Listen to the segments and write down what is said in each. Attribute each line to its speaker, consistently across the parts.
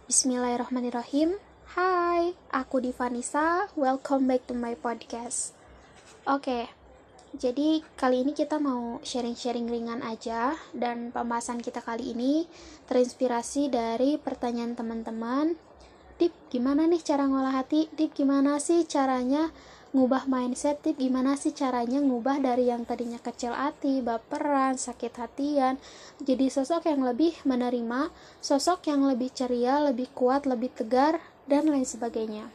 Speaker 1: Bismillahirrahmanirrahim. Hai, aku Divanisa. Welcome back to my podcast. Oke, jadi kali ini kita mau sharing-sharing ringan aja. Dan pembahasan kita kali ini terinspirasi dari pertanyaan teman-teman. Dip, gimana nih cara ngolah hati? Dip, gimana sih caranya ngubah mindset? Dip, gimana sih caranya ngubah dari yang tadinya kecil hati, baperan, sakit hatian, jadi sosok yang lebih menerima, sosok yang lebih ceria, lebih kuat, lebih tegar, dan lain sebagainya.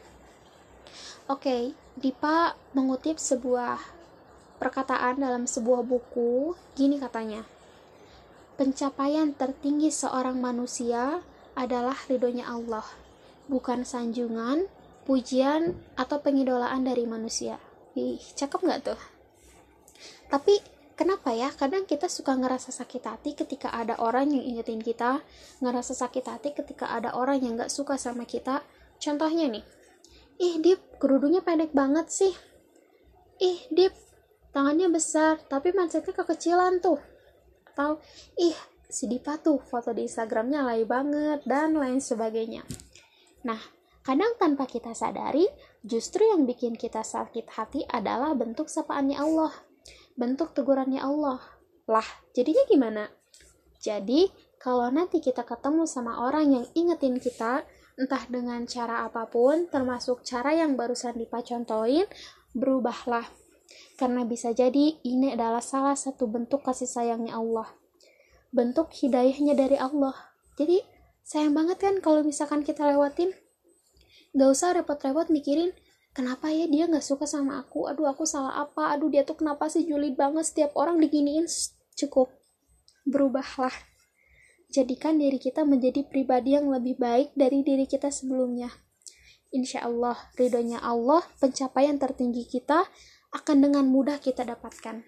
Speaker 1: Oke, Dipa mengutip sebuah perkataan dalam sebuah buku, gini katanya. Pencapaian tertinggi seorang manusia adalah ridhonya Allah, bukan sanjungan, pujian, atau pengidolaan dari manusia. Ih, cakep gak tuh? Tapi kenapa ya kadang kita suka ngerasa sakit hati ketika ada orang yang ingetin kita, ngerasa sakit hati ketika ada orang yang gak suka sama kita. Contohnya nih, ih Dip, kerudungnya pendek banget sih. Ih Dip, tangannya besar tapi mindsetnya kekecilan tuh. Atau ih si Dipa tuh foto di Instagramnya alay banget, dan lain sebagainya. Nah, kadang tanpa kita sadari, justru yang bikin kita sakit hati adalah bentuk sapaannya Allah, bentuk tegurannya Allah. Lah, jadinya gimana? Jadi, kalau nanti kita ketemu sama orang yang ingetin kita, entah dengan cara apapun, termasuk cara yang barusan Dipa contohin, berubahlah. Karena bisa jadi ini adalah salah satu bentuk kasih sayangnya Allah, bentuk hidayahnya dari Allah. Jadi, sayang banget kan kalau misalkan kita lewatin. Gak usah repot-repot mikirin, kenapa ya dia gak suka sama aku, aduh aku salah apa, aduh dia tuh kenapa sih julid banget, setiap orang diginiin. Cukup, berubahlah. Jadikan diri kita menjadi pribadi yang lebih baik dari diri kita sebelumnya. Insya Allah, ridhonya Allah, pencapaian tertinggi kita akan dengan mudah kita dapatkan.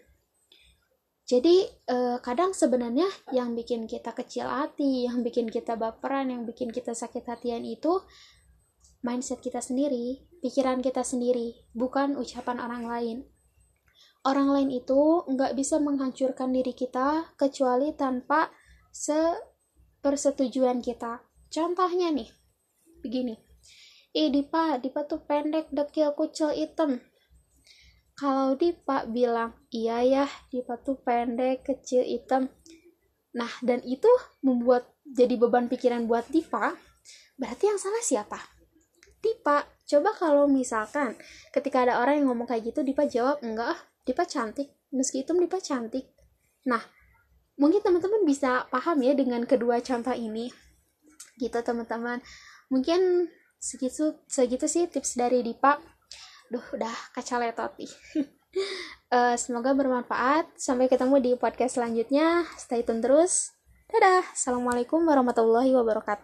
Speaker 1: Jadi kadang sebenarnya yang bikin kita kecil hati, yang bikin kita baperan, yang bikin kita sakit hatian itu mindset kita sendiri, pikiran kita sendiri, bukan ucapan orang lain. Orang lain itu nggak bisa menghancurkan diri kita kecuali tanpa persetujuan kita. Contohnya nih, begini. Dipa tuh pendek, dekil, kucel, hitam. Kalau Dipa bilang, iya ya, Dipa tuh pendek, kecil, hitam. Nah, dan itu membuat jadi beban pikiran buat Dipa, berarti yang salah siapa? Dipa. Coba kalau misalkan ketika ada orang yang ngomong kayak gitu, Dipa jawab, enggak, Dipa cantik, meski hitam Dipa cantik. Nah, mungkin teman-teman bisa paham ya dengan kedua contoh ini. Gitu teman-teman. Mungkin segitu sih tips dari Dipa. Udah kacaletot nih. Semoga bermanfaat. Sampai ketemu di podcast selanjutnya. Stay tune terus. Dadah. Assalamualaikum warahmatullahi wabarakatuh.